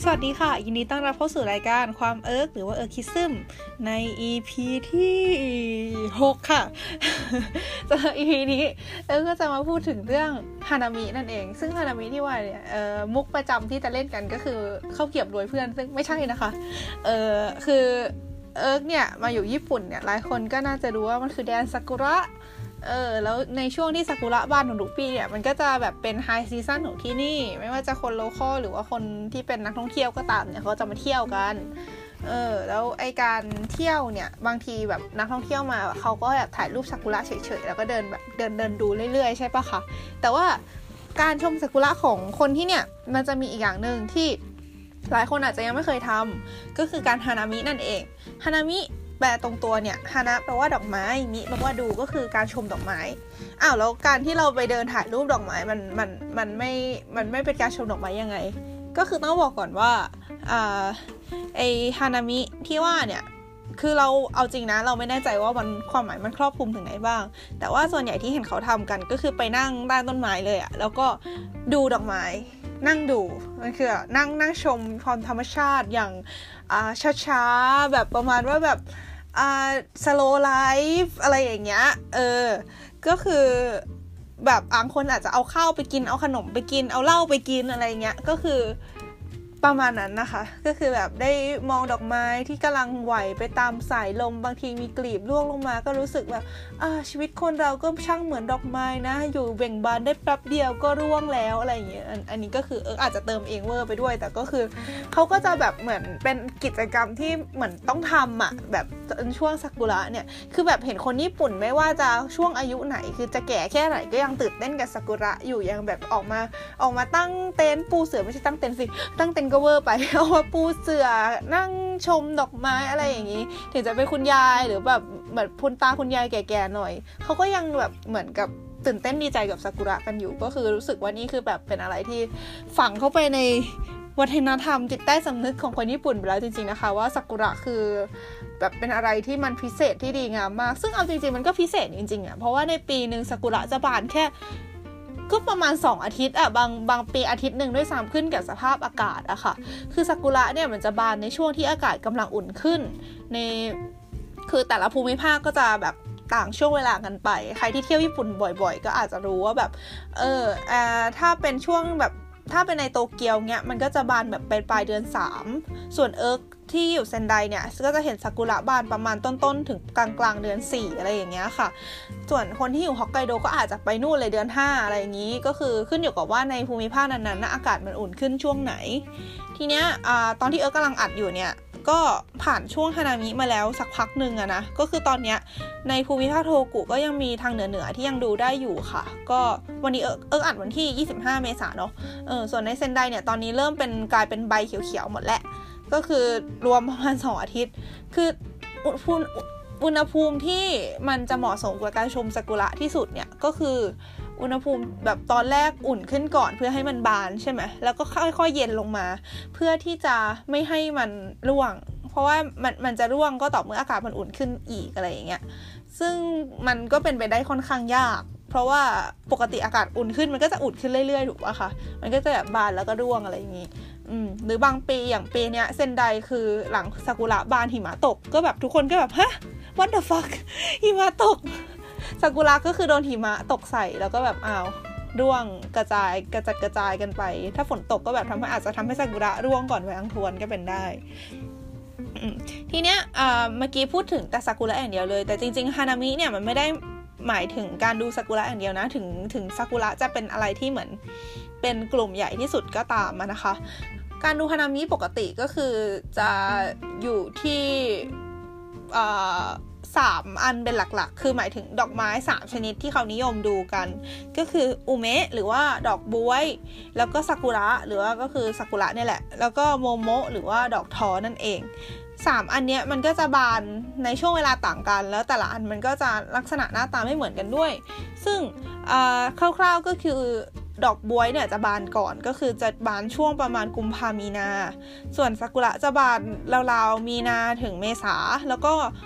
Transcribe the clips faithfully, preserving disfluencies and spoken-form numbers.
วัสดีค่ะยินดีต้อนรับเข้าสู่รายการความเอิร์กหรือว่าเอิร์กคิซึมใน อี พี ที่หกค่ะ สำหรับ อี พี นี้เอิร์กก็จะมาพูดถึงเรื่องฮานามินั่นเองซึ่งฮานามิที่ว่าเนี่ยเอ่อมุกประจำที่จะเล่นกันก็คือเข้าเกียบรวยเพื่อนซึ่งไม่ใช่นะคะเออคือเอิร์กเนี่ยมาอยู่ญี่ปุ่นเนี่ยหลายคนก็น่าจะรู้ว่ามันคือแดนซากุระเออแล้วในช่วงที่ซากุระบานของทุกปีเนี่ยมันก็จะแบบเป็นไฮซีซั่นของที่นี่ไม่ว่าจะคนโลคอลหรือว่าคนที่เป็นนักท่องเที่ยวก็ตามเนี่ยเขาจะมาเที่ยวกันเออแล้วไอการเที่ยวเนี่ยบางทีแบบนักท่องเที่ยวมาเขาก็แบบถ่ายรูปซากุระเฉยๆแล้วก็เดินแบบเดินเดินดูเรื่อยๆใช่ปะคะแต่ว่าการชมซากุระของคนที่เนี่ยมันจะมีอีกอย่างนึงที่หลายคนอาจจะยังไม่เคยทำก็คือการฮานามินั่นเองฮานามิแปลตรงตัวเนี่ยฮานะแปลว่าดอกไม้มิแปลว่าดูก็คือการชมดอกไม้อ้าวแล้วการที่เราไปเดินถ่ายรูปดอกไม้มันมันมันไม่มันไม่เป็นการชมดอกไม้ยังไงก็คือต้องบอกก่อนว่าอ่าไอฮานามิที่ว่าเนี่ยคือเราเอาจริงนะเราไม่แน่ใจว่ามันความหมายมันครอบคลุมถึงไหนบ้างแต่ว่าส่วนใหญ่ที่เห็นเขาทำกันก็คือไปนั่งใต้ต้นไม้เลยอะแล้วก็ดูดอกไม้นั่งดูมันคือนั่งนั่งชมความธรรมชาติอย่างอ่าช้าๆแบบประมาณว่าแบบอ่า slow life อะไรอย่างเงี้ยเออก็คือแบบบางคนอาจจะเอาข้าวไปกินเอาขนมไปกินเอาเหล้าไปกินอะไรเงี้ยก็คือประมาณนั้นนะคะก็คือแบบได้มองดอกไม้ที่กำลังไหวไปตามสายลมบางทีมีกลีบร่วงลงมาก็รู้สึกแบบอ่าชีวิตคนเราก็ช่างเหมือนดอกไม้นะอยู่เบ่งบานได้แป๊บเดียวก็ร่วงแล้วอะไรอย่างเงี้ย อ, อันนี้ก็คือเอออาจจะเติมเองเวอร์ไปด้วยแต่ก็คือเขาก็จะแบบเหมือนเป็นกิจกรรมที่เหมือนต้องทำอ่ะแบบช่วงซากุระเนี่ยคือแบบเห็นคนญี่ปุ่นไม่ว่าจะช่วงอายุไหนคือจะแก่แค่ไหนก็ยังตื่นเต้นกับซากุระอยู่ยังแบบออกมาออกมาตั้งเต็นท์ปูเสื่อไม่ใช่ตั้งเต็นท์สิตั้งเต็นท์ก็เวอร์ไปเอามาปูเสื่อนั่งชมดอกไม้อะไรอย่างนี้ถึงจะเป็นคุณยายหรือแบบแบบคุณตาคุณยายแก่ๆหน่อยเขาก็ยังแบบเหมือนกับตื่นเต้นดีใจกับซากุระกันอยู่ก็คือรู้สึกว่านี่คือแบบเป็นอะไรที่ฝังเข้าไปในวัฒนธรรมจิตใต้สำนึกของคนญี่ปุ่นไปแล้วจริงๆนะคะว่าซากุระคือแบบเป็นอะไรที่มันพิเศษที่ดีงามมากซึ่งเอาจริงๆมันก็พิเศษจริงๆอ่ะเพราะว่าในปีนึงซากุระจะบานแค่ก็ประมาณสองอาทิตย์อ่ะบางบางปีอาทิตย์นึงด้วยซ้ำขึ้นกับสภาพอากาศอะค่ะคือซากุระเนี่ยมันจะบานในช่วงที่อากาศกำลังอุ่นขึ้นในคือแต่ละภูมิภาคก็จะแบบต่างช่วงเวลากันไปใครที่เที่ยวญี่ปุ่นบ่อยๆก็อาจจะรู้ว่าแบบเออเอ่อถ้าเป็นช่วงแบบถ้าเป็นในโตเกียวเนี้ยมันก็จะบานแบบปลายเดือนสามส่วนเอิร์กที่อยู่เซนไดเนี่ยก็จะเห็นซากุระบานประมาณต้นๆถึงกลางๆเดือนสี่อะไรอย่างเงี้ยค่ะส่วนคนที่อยู่ฮอกไกโดก็อาจจะไปนู่นเลยเดือนห้าอะไรอย่างงี้ก็คือขึ้นอยู่กับว่าในภูมิภาคนั้นๆอากาศมันอุ่นขึ้นช่วงไหนทีเนี้ยอ่าตอนที่เอิร์กกำลังอัดอยู่เนี่ยก็ผ่านช่วงฮานามิมาแล้วสักพักนึงอะนะก็คือตอนเนี้ยในภูมิภาคโทกุก็ยังมีทางเหนือๆที่ยังดูได้อยู่ค่ะก็วันนี้เอิร์กเอิร์กอัดวันที่ยี่สิบห้าเมษายนเนาะเออส่วนในเซนไดเนี่ยตอนนี้เริ่มเป็นกลายเป็นใบเขียวๆหมดแล้วก็คือรวมประมาณสองอาทิตย์คืออุณหภูมิที่มันจะเหมาะสมกับการชมซากุระที่สุดเนี่ยก็คืออุณหภูมิแบบตอนแรกอุ่นขึ้นก่อนเพื่อให้มันบานใช่ไหมแล้วก็ค่อยๆเย็นลงมาเพื่อที่จะไม่ให้มันร่วงเพราะว่ามันมันจะร่วงก็ต่อเมื่ออากาศมันอุ่นขึ้นอีกอะไรอย่างเงี้ยซึ่งมันก็เป็นไปได้ค่อนข้างยากเพราะว่าปกติอากาศอุ่นขึ้นมันก็จะอุ่นขึ้นเรื่อยๆถูกป่ะคะมันก็จะแบบบานแล้วก็ร่วงอะไรอย่างงี้อืมหรือบางปีอย่างปีเนี้ยเซนไดคือหลังซากุระบานหิมะตกก็แบบทุกคนก็แบบฮะ what the fuck หิมะตกซากุระก็คือโดนหิมะตกใส่แล้วก็แบบอ้าวร่วงกระจายกระจัดกระจายกันไปถ้าฝนตกก็แบบทำให้อาจจะทำให้ซากุระร่วงก่อนวัยอังคารก็เป็นได้ทีเนี้ยเมื่อกี้พูดถึงแต่ซากุระอย่างเดียวเลยแต่จริงๆฮานามิเนี่ยมันไม่ได้หมายถึงการดูซากุระอย่างเดียวนะถึงถึงซากุระจะเป็นอะไรที่เหมือนเป็นกลุ่มใหญ่ที่สุดก็ตามนะคะการดูฮานามิปกติก็คือจะอยู่ที่สามอันเป็นหลักๆคือหมายถึงดอกไม้สามชนิดที่เขานิยมดูกันก็คืออุเมะหรือว่าดอกบ๊วยแล้วก็ซากุระหรือว่าก็คือซากุระเนี่ยแหละแล้วก็โมโมะหรือว่าดอกทอนั่นเองสามอันเนี้ยมันก็จะบานในช่วงเวลาต่างกันแล้วแต่ละอันมันก็จะลักษณะหน้าตาไม่เหมือนกันด้วยซึ่งคร่าวๆก็คือดอกบ๊วยเนี่ยจะบานก่อนก็คือจะบานช่วงประมาณกุมภามีนาส่วนซากุระจะบานราวๆมีนาถึงเมษาแล้วก็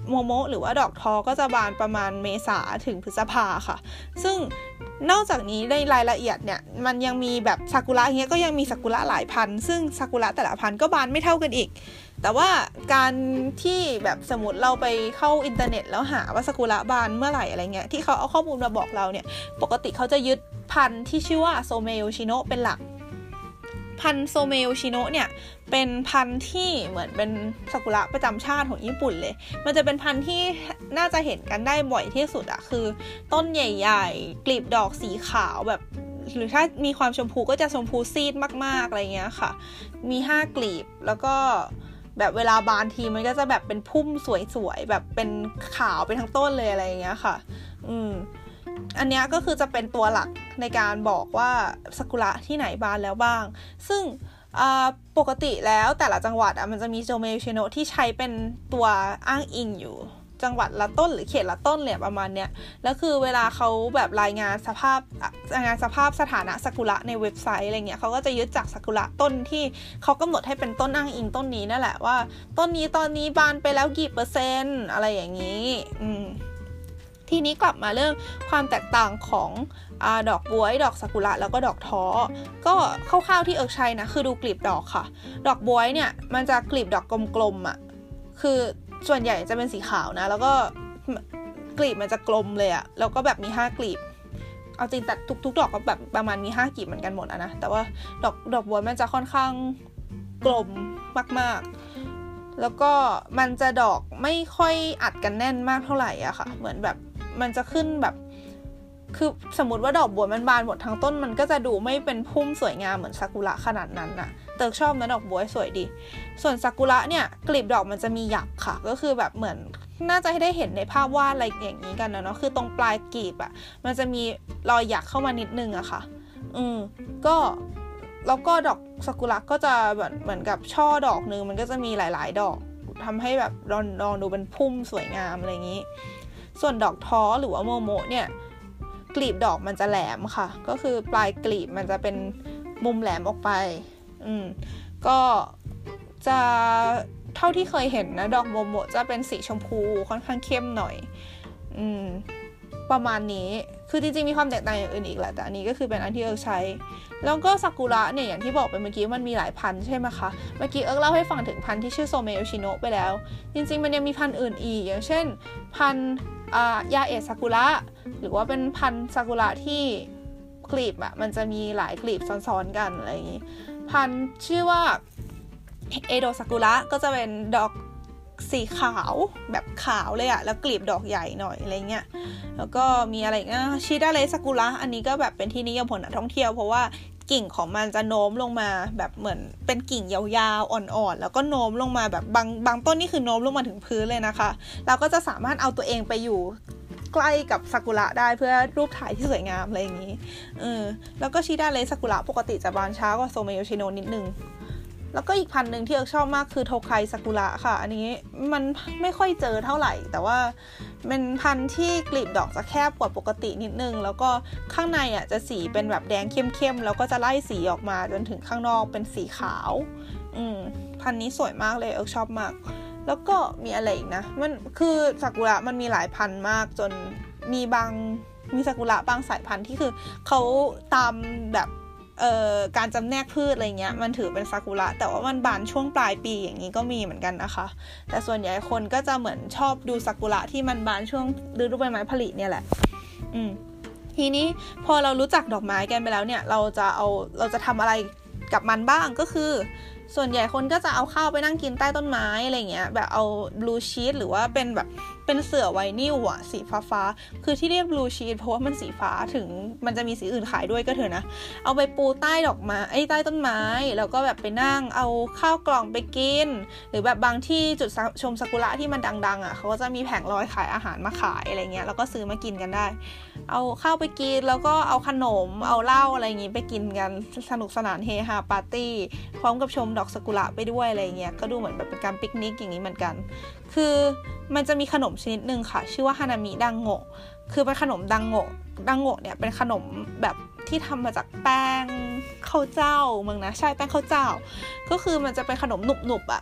โมโมะหรือว่าดอกทอก็จะบานประมาณเมษาถึงพฤษภาค่ะซึ่งนอกจากนี้ในรายละเอียดเนี่ยมันยังมีแบบซากุระเงี้ยก็ยังมีซากุระหลายพันธุ์ซึ่งซากุระแต่ละพันธุ์ก็บานไม่เท่ากันอีกแต่ว่าการที่แบบสมมติเราไปเข้าอินเทอร์เน็ตแล้วหาว่าซากุระบานเมื่อไหร่อะไรเงี้ยที่เขาเอาข้อมูลมาบอกเราเนี่ยปกติเขาจะยึดพันธุ์ที่ชื่อว่าโซเมโยชิโนะเป็นหลักพันธุ์โซเมโยชิโนะเนี่ยเป็นพันธุ์ที่เหมือนเป็นซากุระประจำชาติของญี่ปุ่นเลยมันจะเป็นพันธุ์ที่น่าจะเห็นกันได้บ่อยที่สุดอะคือต้นใหญ่ๆกลีบดอกสีขาวแบบหรือถ้ามีความชมพูก็จะชมพูซีดมากๆอะไรเงี้ยค่ะมีห้ากลีบแล้วก็แบบเวลาบานทีมันก็จะแบบเป็นพุ่มสวยๆแบบเป็นขาวเป็นทั้งต้นเลยอะไรเงี้ยค่ะอืมอันนี้ก็คือจะเป็นตัวหลักในการบอกว่าซากุระที่ไหนบานแล้วบ้างซึ่งปกติแล้วแต่ละจังหวัดอ่ะมันจะมีโซเมโยชิโนะที่ใช้เป็นตัวอ้างอิงอยู่จังหวัดละต้นหรือเขตละต้นเลยประมาณเนี้ยแล้วคือเวลาเขาแบบรายงานสภาพรายงานสภาพสถานะซากุระในเว็บไซต์อะไรเงี้ยเขาก็จะยึดจากซากุระต้นที่เขากำหนดให้เป็นต้นอ้างอิงต้นนี้นั่นแหละว่าต้นนี้ตอนนี้บานไปแล้วกี่เปอร์เซ็นต์อะไรอย่างนี้อืมทีนี้กลับมาเรื่องความแตกต่างของอ่าดอกบ๊วยดอกซากุระแล้วก็ดอกท้อก็คร่าวๆที่เอิร์กใช้นะคือดูกลีบดอกค่ะดอกบ๊วยเนี่ยมันจะกลีบดอกกลมๆอ่ะคือส่วนใหญ่จะเป็นสีขาวนะแล้วก็กลีบมันจะกลมเลยอะแล้วก็แบบมีห้ากลีบเอาจริงแต่ทุกๆดอกก็แบบประมาณมีห้ากลีบเหมือนกันหมดอะนะแต่ว่าดอกดอกบัวมันจะค่อนข้างกลมมากๆแล้วก็มันจะดอกไม่ค่อยอัดกันแน่นมากเท่าไหร่อะค่ะเหมือนแบบมันจะขึ้นแบบคือสมมติว่าดอกบัวมันบานหมดทั้งต้นมันก็จะดูไม่เป็นพุ่มสวยงามเหมือนซากุระขนาดนั้นน่ะเติร์กชอบนะดอกบัวสวยดีส่วนซากุระเนี่ยกลีบดอกมันจะมีหยักค่ะก็คือแบบเหมือนน่าจะให้ได้เห็นในภาพวาดอะไรอย่างนี้กันนะเนาะคือตรงปลายกลีบอ่ะมันจะมีรอยหยักเข้ามานิดนึงอะค่ะอืมก็แล้วก็ดอกซากุระก็จะแบบเหมือนกับช่อดอกนึงมันก็จะมีหลายๆดอกทำให้แบบลองลองดูเป็นพุ่มสวยงามอะไรอย่างนี้ส่วนดอกท้อหรือว่าโมโมะเนี่ยกลีบดอกมันจะแหลมค่ะก็คือปลายกลีบมันจะเป็นมุมแหลมออกไปอืมก็จะเท่าที่เคยเห็นนะดอกโมโมะจะเป็นสีชมพูค่อนข้างเข้มหน่อยอืมประมาณนี้คือจริงๆมีความแตกต่างอย่างอื่นอีกแหละแต่อันนี้ก็คือเป็นอันที่เอิร์กใช้แล้วก็ซากุระเนี่ยอย่างที่บอกไปเมื่อกี้มันมีหลายพันธุ์ใช่ไหมคะเมื่อกี้เอิร์กเล่าให้ฟังถึงพันธุ์ที่ชื่อโซเมโยชิโนะไปแล้วจริงๆมันยังมีพันธุ์อื่นอีกอย่างเช่นพันธุ์ยาเอะซากุระหรือว่าเป็นพันธุ์ซากุระที่กลีบอ่ะมันจะมีหลายกลีบซ้อนๆกันอะไรอย่างนี้พันธุ์ชื่อว่าเอโดซากุระก็จะเป็นดอกสีขาวแบบขาวเลยอะแล้วกลีบดอกใหญ่หน่อยอะไรเงี้ยแล้วก็มีอะไรเงี้ยชิดาเลซากุระอันนี้ก็แบบเป็นที่นิยมของนักท่องเที่ยวเพราะว่ากิ่งของมันจะโน้มลงมาแบบเหมือนเป็นกิ่งยาวๆอ่อนๆแล้วก็โน้มลงมาแบบบางบางต้นนี่คือโน้มลงมาถึงพื้นเลยนะคะเราก็จะสามารถเอาตัวเองไปอยู่ใกล้กับซากุระได้เพื่อรูปถ่ายที่สวยงามอะไรอย่างนี้เออแล้วก็ชิดาเลซากุระปกติจะบานช้ากว่าโซเมโยชิโนะนิดนึงแล้วก็อีกพันธุ์หนึ่งที่เอิร์กชอบมากคือโทไคซากุระค่ะอันนี้มันไม่ค่อยเจอเท่าไหร่แต่ว่าเป็นพันธุ์ที่กลีบดอกจะแคบกว่าปกตินิดนึงแล้วก็ข้างในอ่ะจะสีเป็นแบบแดงเข้มๆแล้วก็จะไล่สีออกมาจนถึงข้างนอกเป็นสีขาวอืมพันธุ์นี้สวยมากเลยเอิร์กชอบมากแล้วก็มีอะไรอีกนะมันคือซากุระมันมีหลายพันธุ์มากจนมีบางมีซากุระบางสายพันธุ์ที่คือเขาตามแบบเอ่อการจำแนกพืชอะไรเงี้ยมันถือเป็นซากุระแต่ว่ามันบานช่วงปลายปีอย่างนี้ก็มีเหมือนกันนะคะแต่ส่วนใหญ่คนก็จะเหมือนชอบดูซากุระที่มันบานช่วงฤดูใบไม้ผลิเนี่ยแหละอืมทีนี้พอเรารู้จักดอกไม้กันไปแล้วเนี่ยเราจะเอาเราจะทำอะไรกับมันบ้างก็คือส่วนใหญ่คนก็จะเอาข้าวไปนั่งกินใต้ต้นไม้อะไรเงี้ยแบบเอาบลูชีทหรือว่าเป็นแบบเป็นเสื่อไวนิลอะสีฟ้าๆคือที่เรียกบลูชีทเพราะว่ามันสีฟ้าถึงมันจะมีสีอื่นขายด้วยก็เถอะนะเอาไปปูใต้ดอกไม้ไอ้ใต้ต้นไม้แล้วก็แบบไปนั่งเอาข้าวกล่องไปกินหรือแบบบางที่จุดชมซากุระที่มันดังๆอะเขาก็จะมีแผงลอยขายอาหารมาขายอะไรเงี้ยแล้วก็ซื้อมากินกันได้เอาข้าวไปกินแล้วก็เอาขนมเอาเหล้าอะไรอย่างงี้ไปกินกันสนุกสนานเฮฮาปาร์ตี้พร้อมกับชมดอกซากุระไปด้วยอะไรเงี้ยก็ดูเหมือนแบบเป็นการปิกนิกอย่างนี้เหมือนกันคือมันจะมีขนมชนิดนึงค่ะชื่อว่าฮานามิดังโงะคือเป็นขนมดังโงะดังโงะเนี่ยเป็นขนมแบบที่ทำมาจากแป้งข้าวเจ้ามึงนะใช่แป้งข้าวเจ้าก็คือมันจะเป็นขนมหนุบๆอ่ะแบบ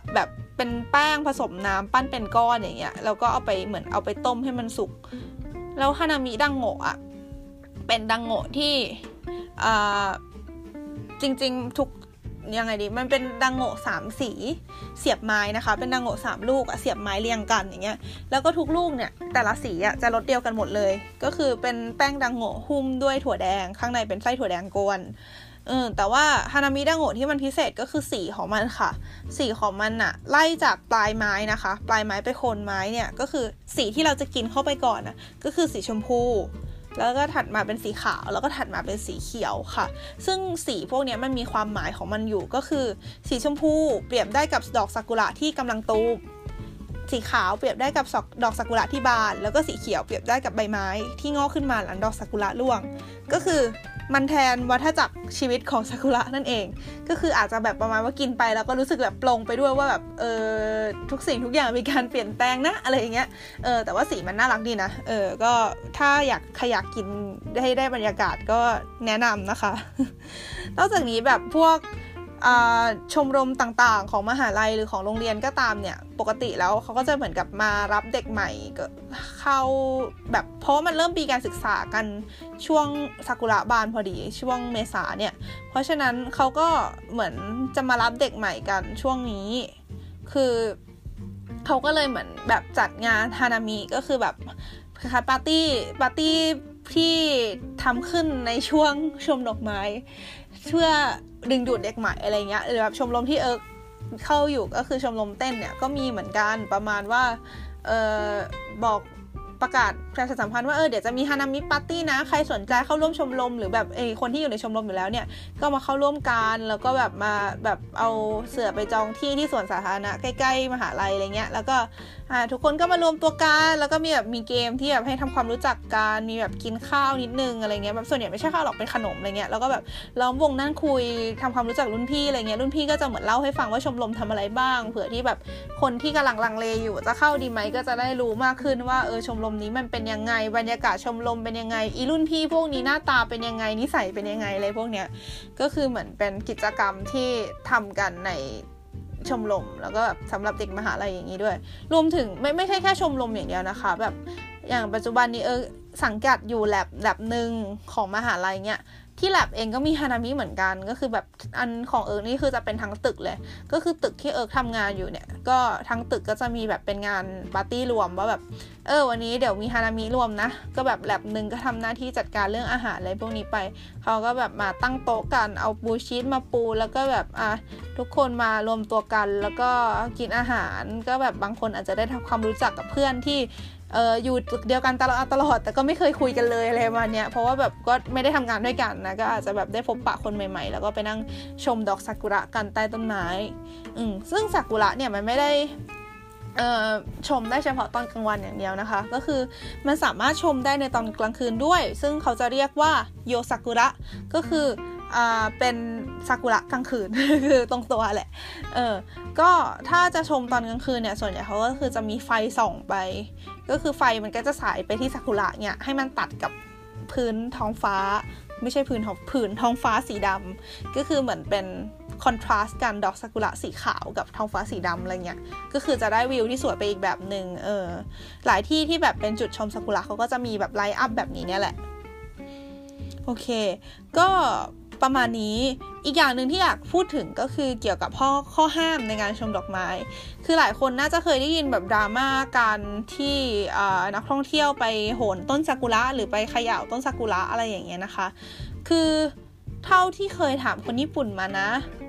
เป็นแป้งผสมน้ำปั้นเป็นก้อนอย่างเงี้ยแล้วก็เอาไปเหมือนเอาไปต้มให้มันสุกแล้วฮานามิดังโงะอ่ะเป็นดังโงะที่อ่าจริงๆทุกยังไงดีมันเป็นดังโงะสามสีเสียบไม้นะคะเป็นดังโงะสามลูกอ่ะเสียบไม้เรียงกันอย่างเงี้ยแล้วก็ทุกลูกเนี่ยแต่ละสีอ่ะจะรสเดียวกันหมดเลยก็คือเป็นแป้งดังโงะหุ้มด้วยถั่วแดงข้างในเป็นไส้ถั่วแดงกวนเออแต่ว่าฮานามิดังโงะที่มันพิเศษก็คือสีของมันค่ะสีของมันอะไล่จากปลายไม้นะคะปลายไม้ไปโคนไม้เนี่ยก็คือสีที่เราจะกินเข้าไปก่อนนะก็คือสีชมพูแล้วก็ถัดมาเป็นสีขาวแล้วก็ถัดมาเป็นสีเขียวค่ะซึ่งสีพวกนี้มันมีความหมายของมันอยู่ก็คือสีชมพูเปรียบได้กับดอกซากุระที่กำลังตูมสีขาวเปรียบได้กับดอกซากุระที่บานแล้วก็สีเขียวเปรียบได้กับใบไม้ที่งอกขึ้นมาหลังดอกซากุระร่วงก็คือมันแทนวัฏจักรชีวิตของซากุระนั่นเองก็คืออาจจะแบบประมาณว่ากินไปแล้วก็รู้สึกแบบปลงไปด้วยว่าแบบเออทุกสิ่งทุกอย่างมีการเปลี่ยนแปลงนะอะไรอย่างเงี้ยเออแต่ว่าสีมันน่ารักดีนะเออก็ถ้าอยากใครอยากกินให้ได้บรรยากาศก็แนะนำนะคะนอกจากนี้แบบพวกชมรมต่างๆของมหาลัยหรือของโรงเรียนก็ตามเนี่ยปกติแล้วเขาก็จะเหมือนกับมารับเด็กใหม่เข้าแบบเพราะมันเริ่มปีการศึกษากันช่วงซากุระบานพอดีช่วงเมษาเนี่ยเพราะฉะนั้นเขาก็เหมือนจะมารับเด็กใหม่กันช่วงนี้คือเขาก็เลยเหมือนแบบจัดงานฮานามิก็คือแบบคล้ายๆปาร์ตี้ปาร์ตี้ที่ทำขึ้นในช่วงชมดอกไม้เพื่อดึงดูดเด็กใหม่อะไรเงี้ยหรือแบบชมรมที่เอิร์กเข้าอยู่ก็คือชมรมเต้นเนี่ยก็มีเหมือนกันประมาณว่าเออบอกประกาศประชาสัมพันธ์ว่าเออเดี๋ยวจะมีฮานามิปาร์ตี้นะใครสนใจเข้าร่วมชมรมหรือแบบเออคนที่อยู่ในชมรมอยู่แล้วเนี่ยก็มาเข้าร่วมกันแล้วก็แบบมาแบบเอาเสื่อไปจองที่ที่สวนสาธารณะใกล้ๆมหาลัยอะไรเงี้ยแล้วก็อ่าทุกคนก็มารวมตัวกันแล้วก็มีแบบมีเกมที่แบบให้ทำความรู้จักกันมีแบบกินข้าวนิดนึงอะไรเงี้ยแบบส่วนใหญ่ไม่ใช่ข้าวหรอกเป็นขนมอะไรเงี้ยแล้วก็แบบล้อมวงนั่งคุยทำความรู้จักรุ่นพี่อะไรเงี้ยรุ่นพี่ก็จะเหมือนเล่าให้ฟังว่าชมรมทำอะไรบ้างเผื่อที่แบบคนที่กำลังลังเลอยู่จะเข้าดีไหมก็จะได้รู้มากขึ้นว่าเออชมรมนี้มันเป็นยังไงบรรยากาศชมรมเป็นยังไงอีรุ่นพี่พวกนี้หน้าตาเป็นยังไงนิสัยเป็นยังไงอะไรพวกเนี้ยก็คือเหมือนเป็นกิจกรรมที่ทำกันในชมรมแล้วก็แบบสำหรับเด็กมหาลัยอย่างนี้ด้วยรวมถึงไม่ไม่ใช่แค่ชมรมอย่างเดียวนะคะแบบอย่างปัจจุบันนี้เออสังกัดอยู่แลบแลบนึงของมหาลัยเนี้ยที่แลบเองก็มีฮานามิเหมือนกันก็คือแบบอันของเอิร์กนี่คือจะเป็นทั้งตึกเลยก็คือตึกที่เอิร์กทำงานอยู่เนี่ยก็ทั้งตึกก็จะมีแบบเป็นงานปาร์ตี้รวมว่าแบบเออวันนี้เดี๋ยวมีฮานามิรวมนะก็แบบแลบนึงก็ทำหน้าที่จัดการเรื่องอาหารอะไรพวกนี้ไปเขาก็แบบมาตั้งโต๊ะกันเอาปูชีสมาปูแล้วก็แบบอ่ะทุกคนมารวมตัวกันแล้วก็กินอาหารก็แบบบางคนอาจจะได้ทำความรู้จักกับเพื่อนที่เอออยู่ตึกเดียวกันตลอดตลอดแต่ก็ไม่เคยคุยกันเลยอะไรประมาณเนี้ยเพราะว่าแบบก็ไม่ได้ทำงานด้วยกันนะก็อาจจะแบบได้พบปะคนใหม่ๆแล้วก็ไปนั่งชมดอกซากุระกันใต้ต้นไม้อืมซึ่งซากุระเนี่ยมันไม่ได้เอ่อชมได้เฉพาะตอนกลางวันอย่างเดียวนะคะก็คือมันสามารถชมได้ในตอนกลางคืนด้วยซึ่งเขาจะเรียกว่าโยซากุระก็คืออ่าเป็นซากุระกลางคืน คือตรงตัวแหละเออก็ถ้าจะชมตอนกลางคืนเนี่ยส่วนใหญ่เขาก็คือจะมีไฟส่องไปก็คือไฟมันก็จะฉายไปที่ซากุระเนี่ยให้มันตัดกับพื้นท้องฟ้าไม่ใช่พื้นท้องผืนท้องฟ้าสีดำก็คือเหมือนเป็นคอนทราสต์กันดอกซากุระสีขาวกับท้องฟ้าสีดำอะไรเงี้ยก็คือจะได้วิวที่สวยไปอีกแบบนึงเออหลายที่ที่แบบเป็นจุดชมซากุระเขาก็จะมีแบบไลท์อัพแบบนี้เนี่ยแหละโอเคก็ประมาณนี้อีกอย่างหนึ่งที่อยากพูดถึงก็คือเกี่ยวกับข้อข้อห้ามในการชมดอกไม้คือหลายคนน่าจะเคยได้ยินแบบดราม่าการที่นักท่องเที่ยวไปโหนต้นซากุระหรือไปเขย่าต้นซากุระอะไรอย่างเงี้ยนะคะคือเท่าที่เคยถามคนญี่ปุ่นมานะ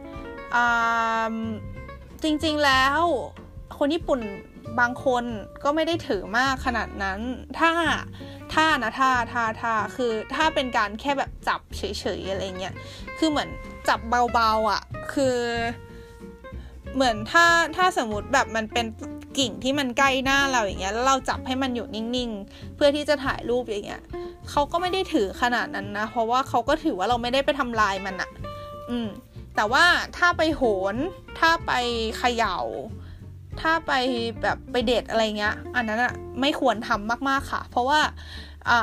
จริงๆแล้วคนญี่ปุ่นบางคนก็ไม่ได้ถือมากขนาดนั้นถ้าถ้านะถ้าถ้าถ้าคือถ้าเป็นการแค่แบบจับเฉยๆอะไรเงี้ยคือเหมือนจับเบาๆอ่ะคือเหมือนถ้าถ้าสมมติแบบมันเป็นกิ่งที่มันใกล้หน้าเราอย่างเงี้ยแล้วเราจับให้มันอยู่นิ่งๆเพื่อที่จะถ่ายรูปอย่างเงี้ยเขาก็ไม่ได้ถือขนาดนั้นนะเพราะว่าเขาก็ถือว่าเราไม่ได้ไปทำลายมันอ่ะอืมแต่ว่าถ้าไปโหนถ้าไปเขย่าถ้าไปแบบไปเด็ดอะไรเงี้ยอันนั้นอ่ะไม่ควรทำมากๆค่ะเพราะว่าอ่า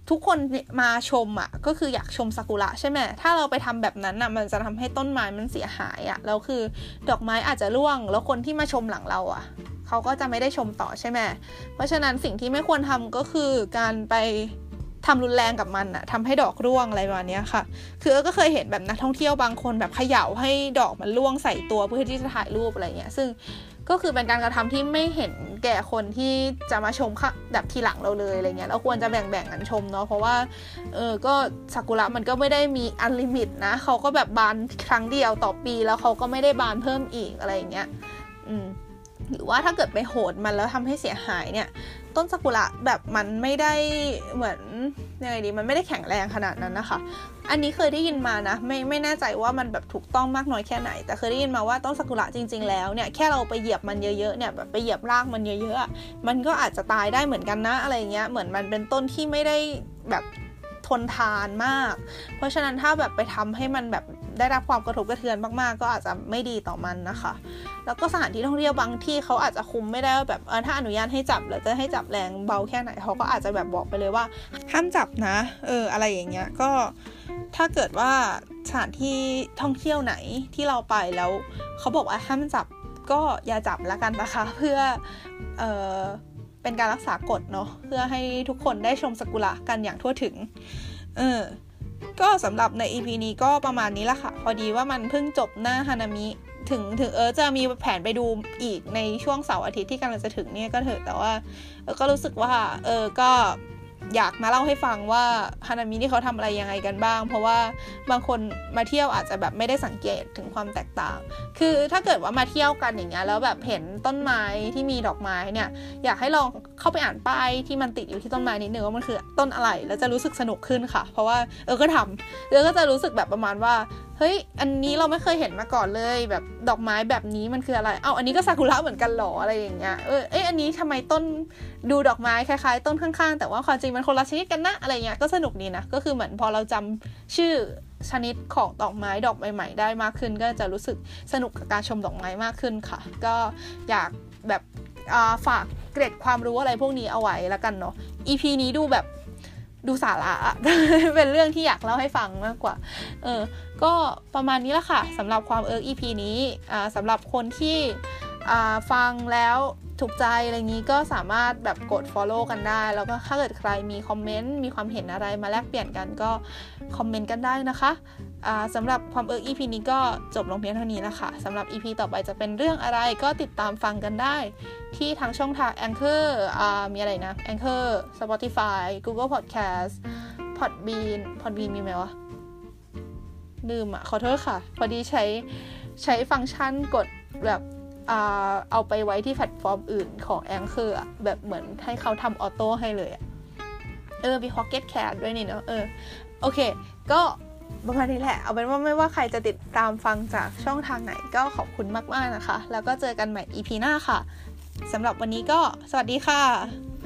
ทุกคนมาชมอ่ะก็คืออยากชมซากุระใช่ไหมถ้าเราไปทำแบบนั้นอ่ะมันจะทำให้ต้นไม้มันเสียหายอ่ะแล้วคือดอกไม้อาจจะร่วงแล้วคนที่มาชมหลังเราอ่ะเขาก็จะไม่ได้ชมต่อใช่ไหมเพราะฉะนั้นสิ่งที่ไม่ควรทำก็คือการไปทำรุนแรงกับมันอะทำให้ดอกร่วงอะไรประมาณนี้ค่ะคือเออก็เคยเห็นแบบนักท่องเที่ยวบางคนแบบเขย่าให้ดอกมันร่วงใส่ตัวเพื่อที่จะถ่ายรูปอะไรเงี้ยซึ่งก็คือเป็นการกระทำที่ไม่เห็นแก่คนที่จะมาชมค่ะแบบทีหลังเราเลยอะไรเงี้ยเราควรจะแบ่งๆกันชมเนาะเพราะว่าเออก็ซากุระมันก็ไม่ได้มีอันลิมิตนะเขาก็แบบบานครั้งเดียวต่อปีแล้วเขาก็ไม่ได้บานเพิ่มอีกอะไรเงี้ยอืมหรือว่าถ้าเกิดไปโหดมันแล้วทำให้เสียหายเนี่ยต้นซากุระแบบมันไม่ได้เหมือนยังไงดีมันไม่ได้แข็งแรงขนาดนั้นนะคะอันนี้เคยได้ยินมานะไม่ไม่แน่ใจว่ามันแบบถูกต้องมากน้อยแค่ไหนแต่เคยได้ยินมาว่าต้นซากุระจริงๆแล้วเนี่ยแค่เราไปเหยียบมันเยอะๆเนี่ยแบบไปเหยียบรากมันเยอะๆมันก็อาจจะตายได้เหมือนกันนะอะไรเงี้ยเหมือนมันเป็นต้นที่ไม่ได้แบบทนทานมากเพราะฉะนั้นถ้าแบบไปทำให้มันแบบได้รับความกระทบกระเทือนมากๆก็อาจจะไม่ดีต่อมันนะคะแล้วก็สถานที่ท่องเที่ยวบางที่เขาอาจจะคุมไม่ได้ว่าแบบเออถ้าอนุญาตให้จับแล้วจะให้จับแรงเบาแค่ไหนเขาก็อาจจะแบบบอกไปเลยว่าห้ามจับนะเอออะไรอย่างเงี้ยก็ถ้าเกิดว่าสถานที่ท่องเที่ยวไหนที่เราไปแล้วเขาบอกว่าห้ามจับก็อย่าจับแล้วกันนะคะเพื่อเออเป็นการรักษากฎเนาะเพื่อให้ทุกคนได้ชมซากุระกันอย่างทั่วถึงเออก็สำหรับใน อี พี นี้ก็ประมาณนี้ละค่ะพอดีว่ามันเพิ่งจบหน้าฮานามิถึงถึงเออจะมีแผนไปดูอีกในช่วงเสาร์อาทิตย์ที่กำลังจะถึงเนี่ยก็เถอะแต่ว่าเออก็รู้สึกว่าเออก็อยากมาเล่าให้ฟังว่าฮานามินี่เขาทำอะไรยังไงกันบ้างเพราะว่าบางคนมาเที่ยวอาจจะแบบไม่ได้สังเกตถึงความแตกต่างคือถ้าเกิดว่ามาเที่ยวกันอย่างเงี้ยแล้วแบบเห็นต้นไม้ที่มีดอกไม้เนี่ยอยากให้ลองเข้าไปอ่านป้ายที่มันติดอยู่ที่ต้นไม้นิดนึงว่ามันคือต้นอะไรแล้วจะรู้สึกสนุกขึ้นค่ะเพราะว่าเออก็ทำเออก็จะรู้สึกแบบประมาณว่าเฮ้ยอันนี้เราไม่เคยเห็นมาก่อนเลยแบบดอกไม้แบบนี้มันคืออะไรเอ้าอันนี้ก็ซากุระเหมือนกันหรออะไรอย่างเงี้ยเออเอ้ยอันนี้ทำไมต้นดูดอกไม้คล้ายๆต้นข้างๆแต่ว่าความจริงมันคนละชนิดกันนะอะไรเงี้ยก็สนุกดีนะก็คือเหมือนพอเราจำชื่อชนิดของดอกไม้ดอกใหม่ๆได้มากขึ้นก็จะรู้สึกสนุกกับการชมดอกไม้มากขึ้นค่ะก็อยากแบบฝากเกร็ดความรู้อะไรพวกนี้เอาไว้แล้วกันเนาะ อี พี นี้ดูแบบดูสาระอะ เป็นเรื่องที่อยากเล่าให้ฟังมากกว่าเออก็ประมาณนี้ละค่ะสำหรับความเอิร์ก อี พี นี้อ่าสำหรับคนที่อ่าฟังแล้วถูกใจอะไรงี้ก็สามารถแบบกด follow กันได้แล้วก็ถ้าเกิดใครมีคอมเมนต์มีความเห็นอะไรมาแลกเปลี่ยนกันก็คอมเมนต์กันได้นะคะอ่าสำหรับความเอิร์ก อี พี นี้ก็จบลงเพียงเท่านี้แล้วค่ะสำหรับ อี พี ต่อไปจะเป็นเรื่องอะไรก็ติดตามฟังกันได้ที่ทางช่องทาง Anchor อ่ามีอะไรนะ Anchor Spotify Google Podcast Podbean Podbean มีไหมวะลืมอ่ะขอโทษค่ะพอดีใช้ใช้ฟังก์ชันกดแบบอ่าเอาไปไว้ที่แพลตฟอร์มอื่นของ Anchor อ่ะแบบเหมือนให้เขาทำออโต้ให้เลยอ่ะเออมี Pocket Cast ด้วยนี่เนาะเออโอเคก็ประมาณนี้แหละเอาเป็นว่าไม่ว่าใครจะติดตามฟังจากช่องทางไหนก็ขอบคุณมากๆนะคะแล้วก็เจอกันใหม่ อี พี หน้าค่ะสำหรับวันนี้ก็สวัสดีค่ะ